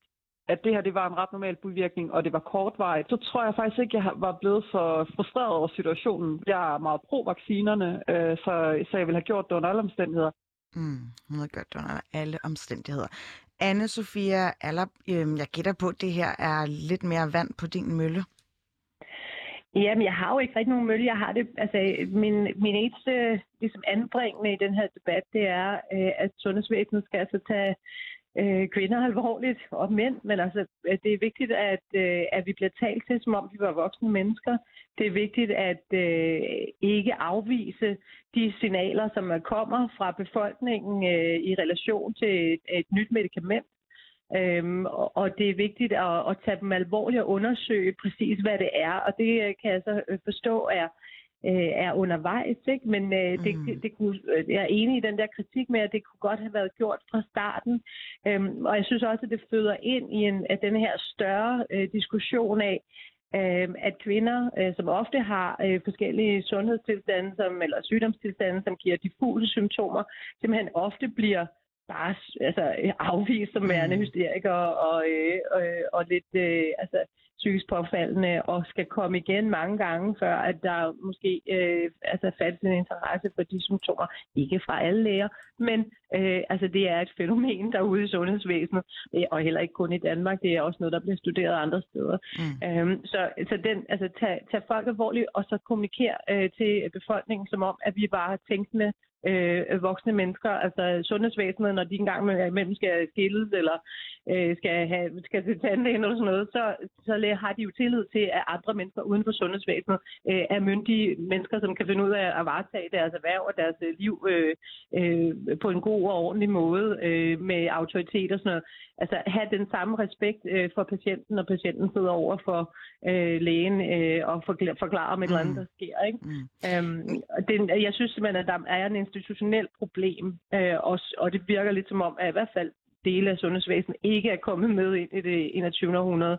at det her det var en ret normal bivirkning, og det var kortvarigt, så tror jeg faktisk ikke, jeg var blevet for frustreret over situationen. Jeg er meget pro-vaccinerne, så jeg ville have gjort det under alle omstændigheder. Hun har gjort det under alle omstændigheder. Anne-Sophia Allerup, jeg gætter på, at det her er lidt mere vand på din mølle. Jamen, jeg har jo ikke rigtig nogen mølle. Jeg har det, altså, min eneste ligesom anbringende i den her debat, det er, at sundhedsvæsenet skal altså tage kvinder alvorligt, og mænd, men altså, det er vigtigt, at vi bliver talt til, som om vi var voksne mennesker. Det er vigtigt at ikke afvise de signaler, som kommer fra befolkningen i relation til et nyt medicament. Og det er vigtigt at tage dem alvorligt og undersøge præcis, hvad det er, og det kan jeg så forstå er undervejs, ikke? Men det kunne, jeg er enig i den der kritik med, at det kunne godt have været gjort fra starten. Og jeg synes også, at det føder ind i den her større diskussion af, at kvinder, som ofte har forskellige sundhedstilstande eller sygdomstilstande, som giver diffuse symptomer, simpelthen ofte bliver bare afvist som værende hysterikere og lidt psykisk påfaldende, og skal komme igen mange gange, før at der måske fattes en interesse for de symptomer. Ikke fra alle læger, men det er et fænomen derude i sundhedsvæsenet, og heller ikke kun i Danmark. Det er også noget, der bliver studeret andre steder. Tag folk alvorligt, og så kommunikere til befolkningen, som om, at vi bare har tænkende voksne mennesker, altså sundhedsvæsenet, når de engang imellem skal skilles, eller skal til tandlægen eller sådan noget, så har de jo tillid til, at andre mennesker uden for sundhedsvæsenet er myndige mennesker, som kan finde ud af at varetage deres erhverv og deres liv på en god og ordentlig måde med autoritet og sådan noget. Altså have den samme respekt for patienten, når patienten sidder over for lægen og forklarer om et eller andet, der sker. Ikke? Jeg synes simpelthen, at der er en institutionelt problem, og det virker lidt som om, at i hvert fald dele af sundhedsvæsenet ikke er kommet med ind i det 21. århundrede.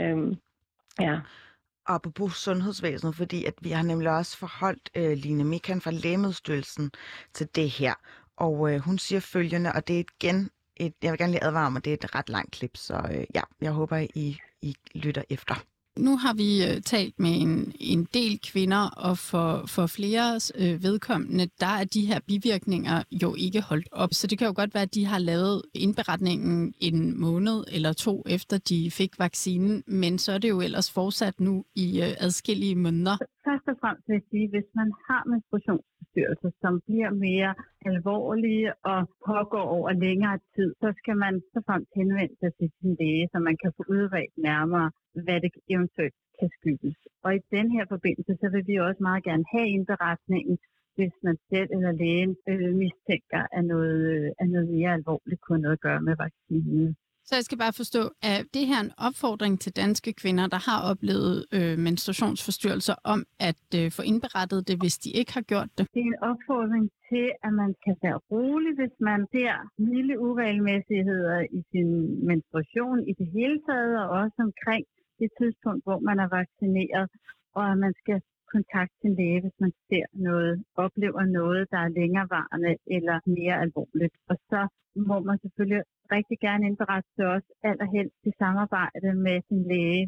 Apropos sundhedsvæsenet, fordi at vi har nemlig også forholdt Line Mikan fra Lægemiddelstyrelsen til det her, og hun siger følgende, og det er igen jeg vil gerne lige advare om, at det er et ret langt klip, så jeg håber, I lytter efter. Nu har vi talt med en del kvinder, og for flere vedkommende, der er de her bivirkninger jo ikke holdt op. Så det kan jo godt være, at de har lavet indberetningen en måned eller to efter de fik vaccinen, men så er det jo ellers fortsat nu i adskillige måneder. Først og fremmest vil jeg sige, at hvis man har menstruationsforstyrrelser, som bliver mere alvorlige og pågår over længere tid, så skal man så fremmest henvende sig til sin læge, så man kan få udredt nærmere, hvad det eventuelt kan skyldes. Og i den her forbindelse, så vil vi også meget gerne have indberetningen, hvis man selv eller lægen mistænker, at noget mere alvorligt kunne noget at gøre med vaccinen. Så jeg skal bare forstå, at det her er en opfordring til danske kvinder, der har oplevet menstruationsforstyrrelser, om at få indberettet det, hvis de ikke har gjort det? Det er en opfordring til, at man kan være rolig, hvis man ser milde uregelmæssigheder i sin menstruation i det hele taget, og også omkring det tidspunkt, hvor man er vaccineret, og at man skal kontakte sin læge, hvis man ser noget, oplever noget, der er længerevarende eller mere alvorligt. Og så må man selvfølgelig rigtig gerne indberette til os, allerhelst i samarbejde med sin læge,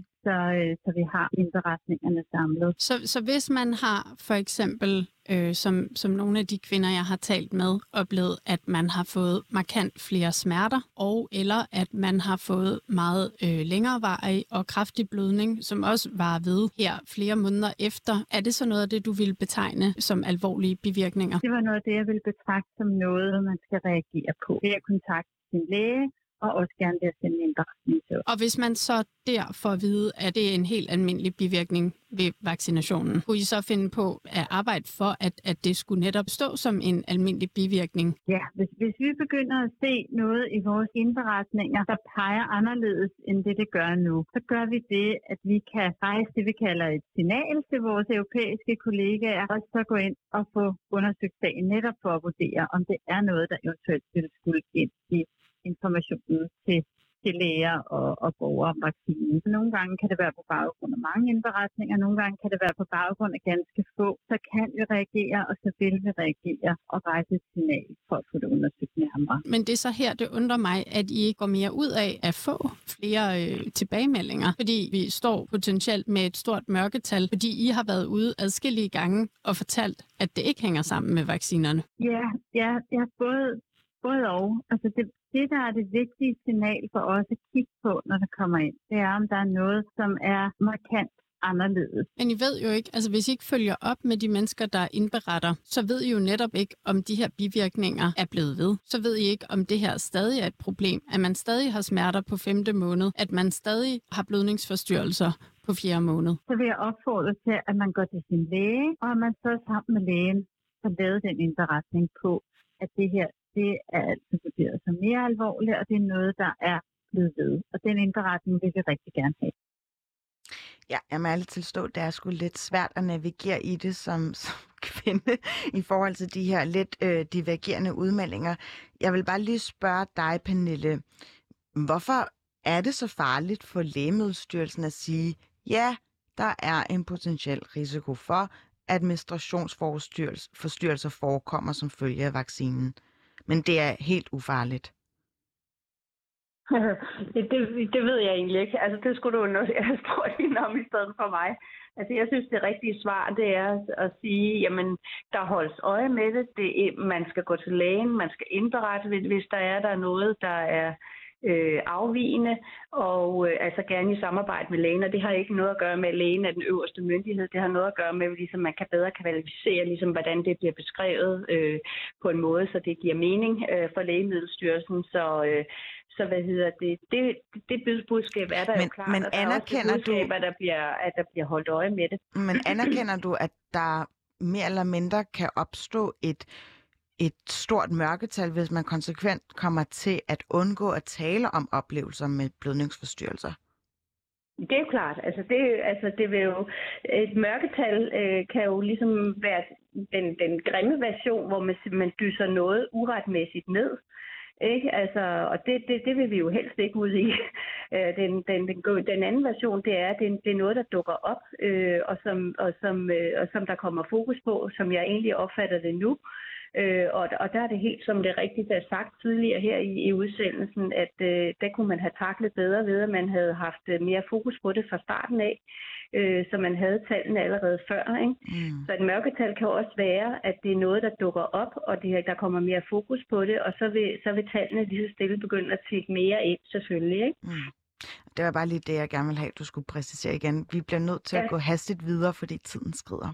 så vi har indberetningerne samlet. Så hvis man har for eksempel, som nogle af de kvinder, jeg har talt med, oplevet, at man har fået markant flere smerter, eller at man har fået meget længerevarig og kraftig blødning, som også var ved her flere måneder efter, er det så noget af det, du ville betegne som alvorlige bivirkninger? Det var noget af det, jeg ville betragte som noget, man skal reagere på. Det er kontakt med sin læge, og også gerne det at sende en indberetning til. Og hvis man så der får at vide, at det er en helt almindelig bivirkning ved vaccinationen, kunne I så finde på at arbejde for, at det skulle netop stå som en almindelig bivirkning? Ja, hvis vi begynder at se noget i vores indberetninger, der peger anderledes end det gør nu, så gør vi det, at vi kan rejse det, vi kalder et signal til vores europæiske kollegaer, og så gå ind og få undersøgt sagen netop for at vurdere, om det er noget, der eventuelt skulle ind i informationen til til læger og borgere om vaccinen. Nogle gange kan det være på baggrund af mange indberetninger, nogle gange kan det være på baggrund af ganske få. Så kan vi reagere, og så vil vi reagere og rejse et signal for at få det undersøgt nærmere. Men det er så her, det undrer mig, at I ikke går mere ud af at få flere tilbagemeldinger, fordi vi står potentielt med et stort mørketal, fordi I har været ude adskillige gange og fortalt, at det ikke hænger sammen med vaccinerne. Ja, både og. Altså det, der er det vigtige signal for os at kigge på, når det kommer ind, det er, om der er noget, som er markant anderledes. Men I ved jo ikke, altså hvis I ikke følger op med de mennesker, der indberetter, så ved I jo netop ikke, om de her bivirkninger er blevet ved. Så ved I ikke, om det her stadig er et problem, at man stadig har smerter på 5. måned, at man stadig har blødningsforstyrrelser på 4. måned. Så vil jeg opfordre til, at man går til sin læge, og at man så sammen med lægen får lavet den indberetning på, at det her, det er altså vurderet som mere alvorligt, og det er noget, der er blevet ved. Og den indberetning vil vi rigtig gerne have. Ja, jeg må ærligt tilstå, det er sgu lidt svært at navigere i det som kvinde i forhold til de her lidt divergerende udmeldinger. Jeg vil bare lige spørge dig, Pernille, hvorfor er det så farligt for Lægemiddelstyrelsen at sige, ja, der er en potentiel risiko for, at menstruationsforstyrrelser forekommer som følge af vaccinen, men det er helt ufarligt? Det ved jeg egentlig ikke. Altså, det skulle du have spurgt hende om i stedet for mig. Altså, jeg synes, det rigtige svar, det er at sige, jamen, der holdes øje med det. Man skal gå til lægen, man skal indberette, hvis der er noget, der er afvigende, og altså gerne i samarbejde med lægen, og det har ikke noget at gøre med, at lægen er den øverste myndighed. Det har noget at gøre med, at ligesom, man kan bedre kvalificere, ligesom, hvordan det bliver beskrevet på en måde, så det giver mening for Lægemiddelstyrelsen. Så hvad hedder det budskab er der jo klart, men og der er også det budskab, at der bliver holdt øje med det. Men anerkender du, at der mere eller mindre kan opstå et stort mørketal, hvis man konsekvent kommer til at undgå at tale om oplevelser med blødningsforstyrrelser? Det er jo klart. Det vil jo, et mørketal kan jo ligesom være den grimme version, hvor man dyser noget uretmæssigt ned. Ikke? Altså, og det vil vi jo helst ikke ud i. Den anden version, det er, det er noget, der dukker op, og som der kommer fokus på, som jeg egentlig opfatter det nu. Og der er det helt som det rigtigt er sagt tidligere her i udsendelsen, at der kunne man have taklet bedre ved, at man havde haft mere fokus på det fra starten af, så man havde tallene allerede før. Ikke? Så et mørketal kan også være, at det er noget, der dukker op, og der kommer mere fokus på det, og så vil tallene lige så stille begynde at tikke mere ind, selvfølgelig. Ikke? Det var bare lige det, jeg gerne vil have, du skulle præcisere igen. Vi bliver nødt til at gå hastigt videre, fordi tiden skrider.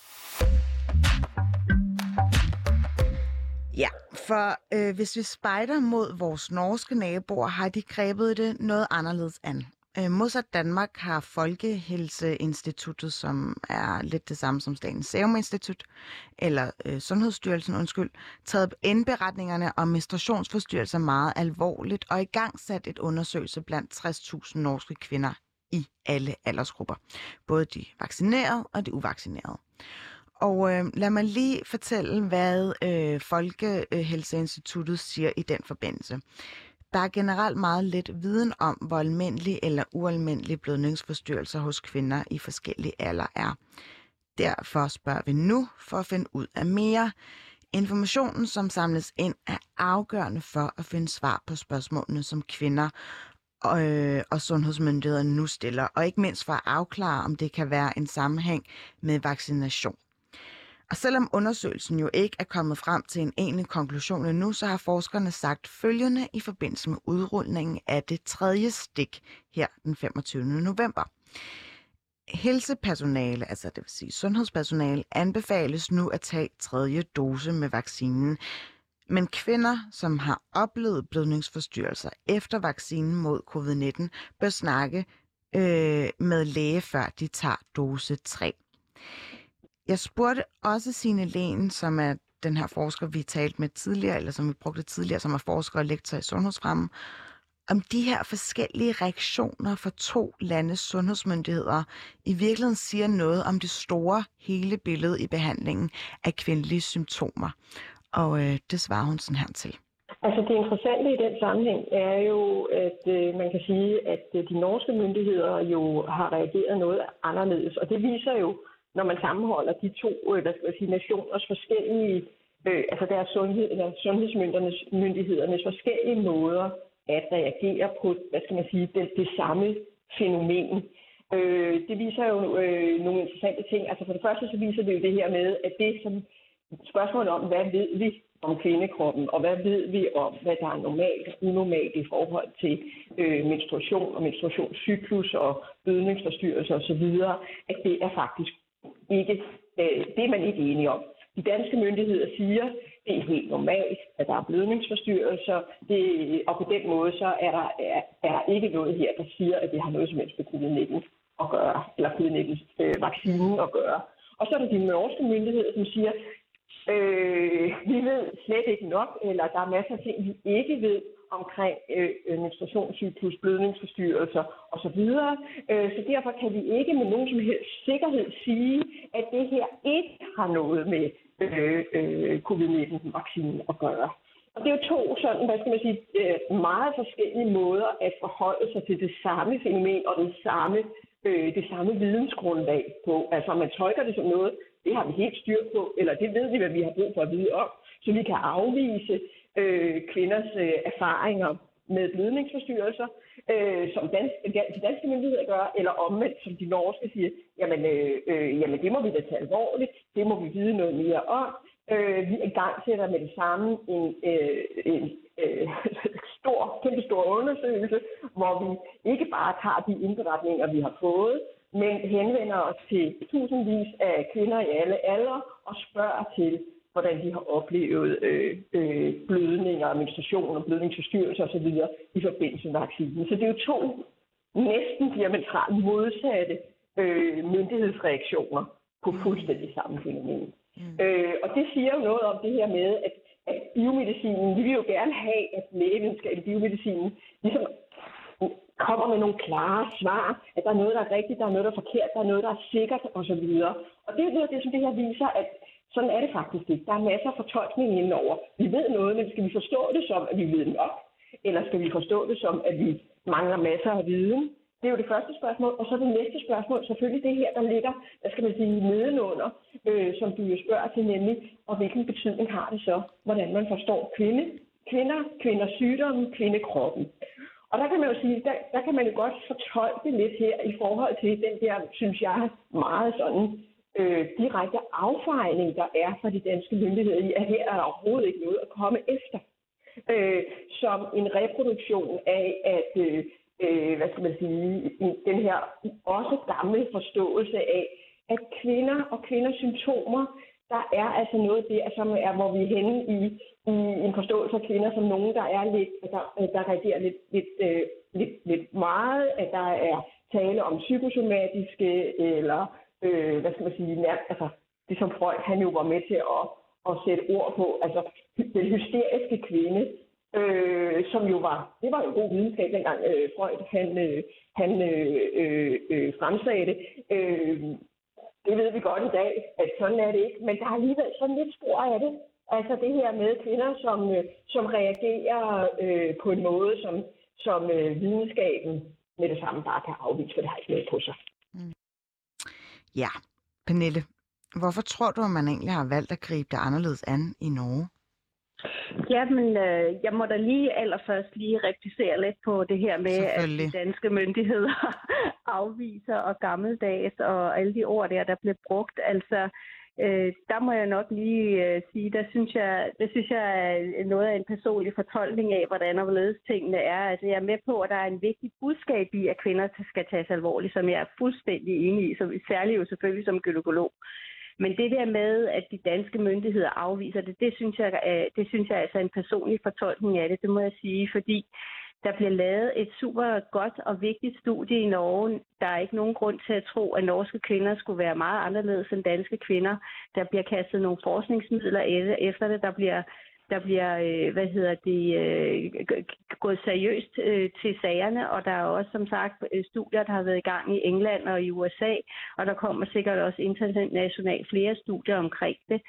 Ja, for hvis vi spejder mod vores norske naboer, har de grebet det noget anderledes an. Modsat Danmark har Folkehelseinstituttet, som er lidt det samme som Statens Serum Institut, eller Sundhedsstyrelsen, taget indberetningerne om menstruationsforstyrrelser meget alvorligt og igangsat et undersøgelse blandt 60.000 norske kvinder i alle aldersgrupper. Både de vaccinerede og de uvaccinerede. Og lad mig lige fortælle, hvad Folkehelseinstituttet siger i den forbindelse. Der er generelt meget lidt viden om, hvor almindelige eller ualmindelige blødningsforstyrrelser hos kvinder i forskellige alder er. Derfor spørger vi nu for at finde ud af mere. Informationen, som samles ind, er afgørende for at finde svar på spørgsmålene, som kvinder og sundhedsmyndighederne nu stiller, og ikke mindst for at afklare, om det kan være en sammenhæng med vaccination. Og selvom undersøgelsen jo ikke er kommet frem til en egentlig konklusion endnu, så har forskerne sagt følgende i forbindelse med udrulningen af det 3. stik her den 25. november. Helsepersonale, altså det vil sige sundhedspersonale, anbefales nu at tage 3. dose med vaccinen. Men kvinder, som har oplevet blødningsforstyrrelser efter vaccinen mod covid-19, bør snakke med læge, før de tager dose 3. Jeg spurgte også Signe Lehn, som er den her forsker, vi talte med tidligere, eller som vi brugte tidligere, som er forsker og lektor i Sundhedsfremme, om de her forskellige reaktioner fra 2 landes sundhedsmyndigheder i virkeligheden siger noget om det store hele billede i behandlingen af kvindelige symptomer. Og det svarer hun sådan her til. Altså det interessante i den sammenhæng er jo, at man kan sige, at de norske myndigheder jo har reageret noget anderledes. Og det viser jo, når man sammenholder de to nationers forskellige, altså deres sundhedsmyndighedernes forskellige måder at reagere på, det samme fænomen. Det viser jo nogle interessante ting. Altså for det første så viser det jo det her med, at det som spørgsmålet om, hvad ved vi om kvindekroppen, og hvad ved vi om, hvad der er normalt og unormalt i forhold til menstruation og menstruationscyklus og blødningsforstyrrelser osv., at det er faktisk ikke, det er man ikke enige om. De danske myndigheder siger, det er helt normalt, at der er blødningsforstyrrelser, og på den måde så er der ikke noget her, der siger, at det har noget som helst med covid-19 at gøre, eller covid-19-vaccinen at gøre. Og så er der de norske myndigheder, som siger, vi ved slet ikke nok, eller der er masser af ting, vi ikke ved omkring menstruationscyklus, blødningsforstyrrelser osv. Så derfor kan vi ikke med nogen som helst sikkerhed sige, at det her ikke har noget med covid-19-vaccinen at gøre. Og det er jo to sådan, meget forskellige måder at forholde sig til det samme fænomen og det samme vidensgrundlag på. Altså man tolker det som noget, det har vi helt styr på, eller det ved vi, hvad vi har brug for at vide om, så vi kan afvise kvinders erfaringer med blødningsforstyrrelser, som de danske myndigheder gør, eller omvendt, som de norske siger, jamen det må vi da tage alvorligt, det må vi vide noget mere om. Vi igangsætter med det samme en kæmpestor undersøgelse, hvor vi ikke bare tager de indberetninger, vi har fået, men henvender os til tusindvis af kvinder i alle aldre og spørger til, hvordan de har oplevet blødninger, menstruation og blødningsforstyrrelser osv. i forbindelse med vaccinen. Så det er jo to næsten diametralt modsatte myndighedsreaktioner på fuldstændig samme fænomen. Og det siger jo noget om det her med, at biomedicinen, vi vil jo gerne have, at lægevidenskab og biomedicinen ligesom kommer med nogle klare svar, at der er noget, der er rigtigt, der er noget, der er forkert, der er noget, der er sikkert osv. Og det er noget af det, som det her viser, at sådan er det faktisk ikke. Der er masser af fortolkning indenover. Vi ved noget, men skal vi forstå det som, at vi ved nok? Eller skal vi forstå det som, at vi mangler masser af viden? Det er jo det første spørgsmål. Og så det næste spørgsmål, selvfølgelig det her, der ligger, nedenunder, som du jo spørger til, nemlig, og hvilken betydning har det så, hvordan man forstår kvinders sygdomme, kvindekroppen. Og der kan man jo sige, der kan man jo godt fortolke lidt her i forhold til den der, synes jeg, meget sådan direkte affejning, der er fra de danske myndigheder i, at her er der overhovedet ikke noget at komme efter. Som en reproduktion af, at den her også gamle forståelse af, at kvinder og kvinders symptomer, der er altså noget der, som er, hvor vi er henne i en forståelse af kvinder som nogen, der er lidt, der reagerer lidt meget, at der er tale om psykosomatiske, eller det som Freud, han jo var med til at sætte ord på, altså den hysteriske kvinde, som jo det var jo god videnskab dengang Freud, han fremsagde det. Det ved vi godt i dag, at sådan er det ikke, men der er alligevel sådan lidt spor af det. Altså det her med kvinder, som reagerer på en måde, som videnskaben med det samme bare kan afvise, for det har ikke noget på sig. Ja, Pernille, hvorfor tror du, at man egentlig har valgt at gribe det anderledes an i Norge? Jamen, jeg må da allerførst replicere lidt på det her med, at de danske myndigheder afviser og gammeldags og alle de ord der bliver brugt. Altså, der må jeg nok lige sige, det synes jeg er noget af en personlig fortolkning af, hvordan og hvorledes tingene er. Altså, jeg er med på, at der er en vigtig budskab i, at kvinder skal tages alvorligt, som jeg er fuldstændig enig i, særligt jo selvfølgelig som gynekolog. Men det der med, at de danske myndigheder afviser det, det synes jeg altså er en personlig fortolkning af det må jeg sige, fordi der bliver lavet et super godt og vigtigt studie i Norge. Der er ikke nogen grund til at tro, at norske kvinder skulle være meget anderledes end danske kvinder. Der bliver kastet nogle forskningsmidler efter det. Der bliver gået seriøst til sagerne, og der er også, som sagt, studier, der har været i gang i England og i USA, og der kommer sikkert også internationalt flere studier omkring det.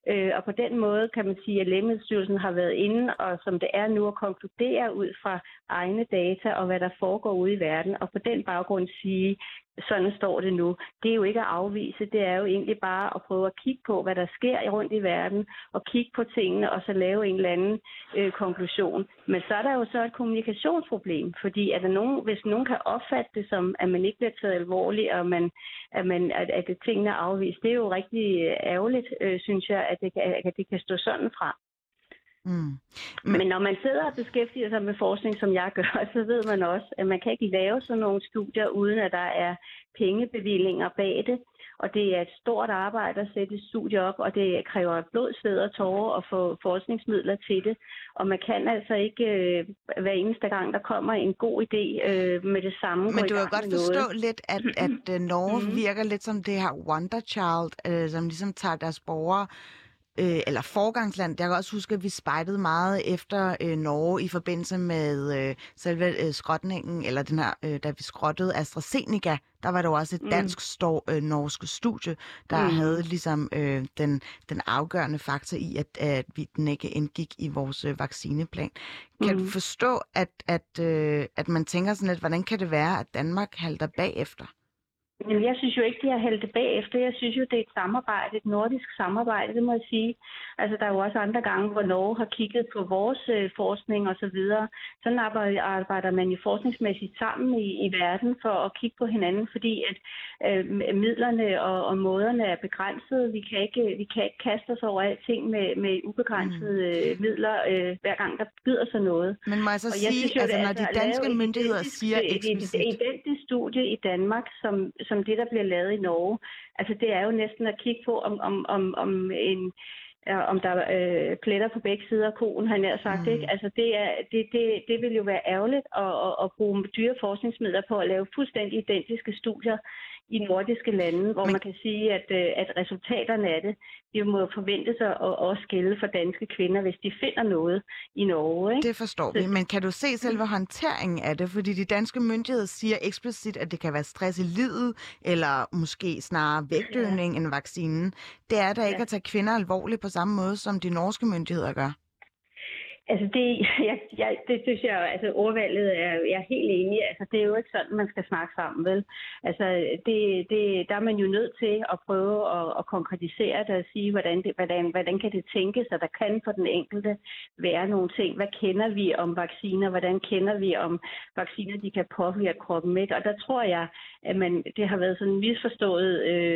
Og på den måde kan man sige, at Lægemiddelstyrelsen har været inde, og som det er nu, at konkludere ud fra egne data og hvad der foregår ude i verden, og på den baggrund sige, sådan står det nu. Det er jo ikke at afvise, det er jo egentlig bare at prøve at kigge på, hvad der sker rundt i verden, og kigge på tingene, og så lave en eller anden konklusion. Men så er der jo så et kommunikationsproblem, fordi hvis nogen kan opfatte det som, at man ikke bliver taget alvorligt, og at tingene er afvist, det er jo rigtig ærgerligt, synes jeg, at det kan stå sådan frem. Men når man sidder og beskæftiger sig med forskning, som jeg gør, så ved man også, at man kan ikke lave sådan nogle studier, uden at der er pengebevillinger bag det. Og det er et stort arbejde at sætte et studie op, og det kræver blod, sved og tårer at få forskningsmidler til det. Og man kan altså ikke hver eneste gang, der kommer en god idé med det samme. Men du kan godt forstå lidt, at Norge virker lidt som det her wonder child, som ligesom tager deres borgere eller forgangsland. Jeg kan også huske, at vi spejdede meget efter Norge i forbindelse med selve skrotningen, eller den her, da vi skrottede AstraZeneca, der var der jo også et dansk-norsk studie, der havde ligesom den afgørende faktor i, at den ikke indgik i vores vaccineplan. Kan du forstå, at man tænker sådan lidt, hvordan kan det være, at Danmark halter bagefter? Men jeg synes jo ikke, de har hældt det bagefter. Jeg synes jo, det er et samarbejde, et nordisk samarbejde, det må jeg sige. Altså, der er jo også andre gange, hvor Norge har kigget på vores forskning og så videre. Sådan arbejder man jo forskningsmæssigt sammen i verden for at kigge på hinanden, fordi at midlerne og måderne er begrænsede. Vi kan ikke kaste os over alting med ubegrænsede midler, hver gang der byder sig noget. Men må jeg så sige, synes, altså, når de danske myndigheder siger eksplicit... Et identisk studie i Danmark, som det, der bliver lavet i Norge. Altså, det er jo næsten at kigge på, om der er pletter på begge sider af koen, har jeg nær sagt, ikke? Altså, det vil jo være ærgerligt at bruge dyre forskningsmidler på at lave fuldstændig identiske studier i nordiske lande, hvor man kan sige, at resultaterne af det må forventes at også gælde for danske kvinder, hvis de finder noget i Norge. Ikke? Det forstår vi, men kan du se selve håndteringen af det? Fordi de danske myndigheder siger eksplicit, at det kan være stress i livet, eller måske snarere vægtøgning end vaccinen. Det er da ikke at tage kvinder alvorligt på samme måde, som de norske myndigheder gør. Altså det synes jeg, altså ordvalget jeg er helt enig. Altså det er jo ikke sådan, man skal snakke sammen, vel? Altså der er man jo nødt til at prøve at konkretisere det og sige, hvordan kan det tænkes, at der kan for den enkelte være nogle ting. Hvad kender vi om vacciner? Hvordan kender vi om vacciner, de kan påvirke kroppen? Ikke? Og der tror jeg, at det har været sådan misforstået,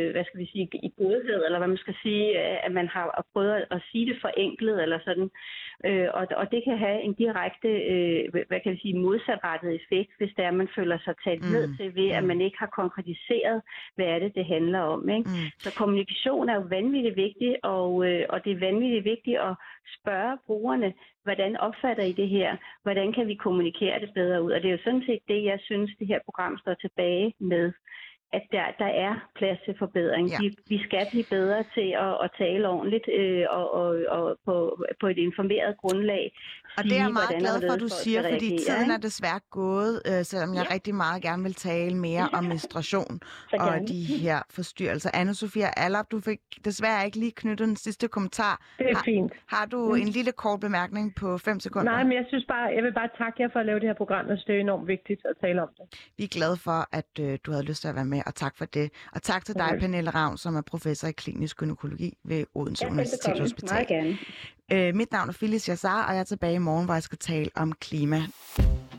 i godhed, eller hvad man skal sige, at man har prøvet at sige det forenklet, eller sådan. Og det kan have en direkte, modsatrettet effekt, hvis det er, at man føler sig talt ned til ved, at man ikke har konkretiseret, hvad er det handler om. Ikke? Så kommunikation er jo vanvittigt vigtigt, og det er vanvittigt vigtigt at spørge brugerne, hvordan opfatter I det her? Hvordan kan vi kommunikere det bedre ud? Og det er jo sådan set det, jeg synes, det her program står tilbage med. At der er plads til forbedring. Ja. Vi skal blive bedre til at tale ordentligt og på et informeret grundlag. Og det er jeg meget glad for, at du siger, fordi tiden er desværre gået, selvom jeg rigtig meget gerne vil tale mere om menstruation og de her forstyrrelser. Anne-Sophia Allerup, du fik desværre ikke lige knyttet den sidste kommentar. Det er fint. Har du en lille kort bemærkning på 5 sekunder? Nej, men jeg vil bare takke jer for at lave det her program, og det er enormt vigtigt at tale om det. Vi er glade for, at du havde lyst til at være med, og tak for det. Og tak til dig, Pernille Ravn, som er professor i klinisk gynækologi ved Odense Universitetshospital. Mit navn er Phyllis Jassar, og jeg er tilbage i morgen, hvor jeg skal tale om klima.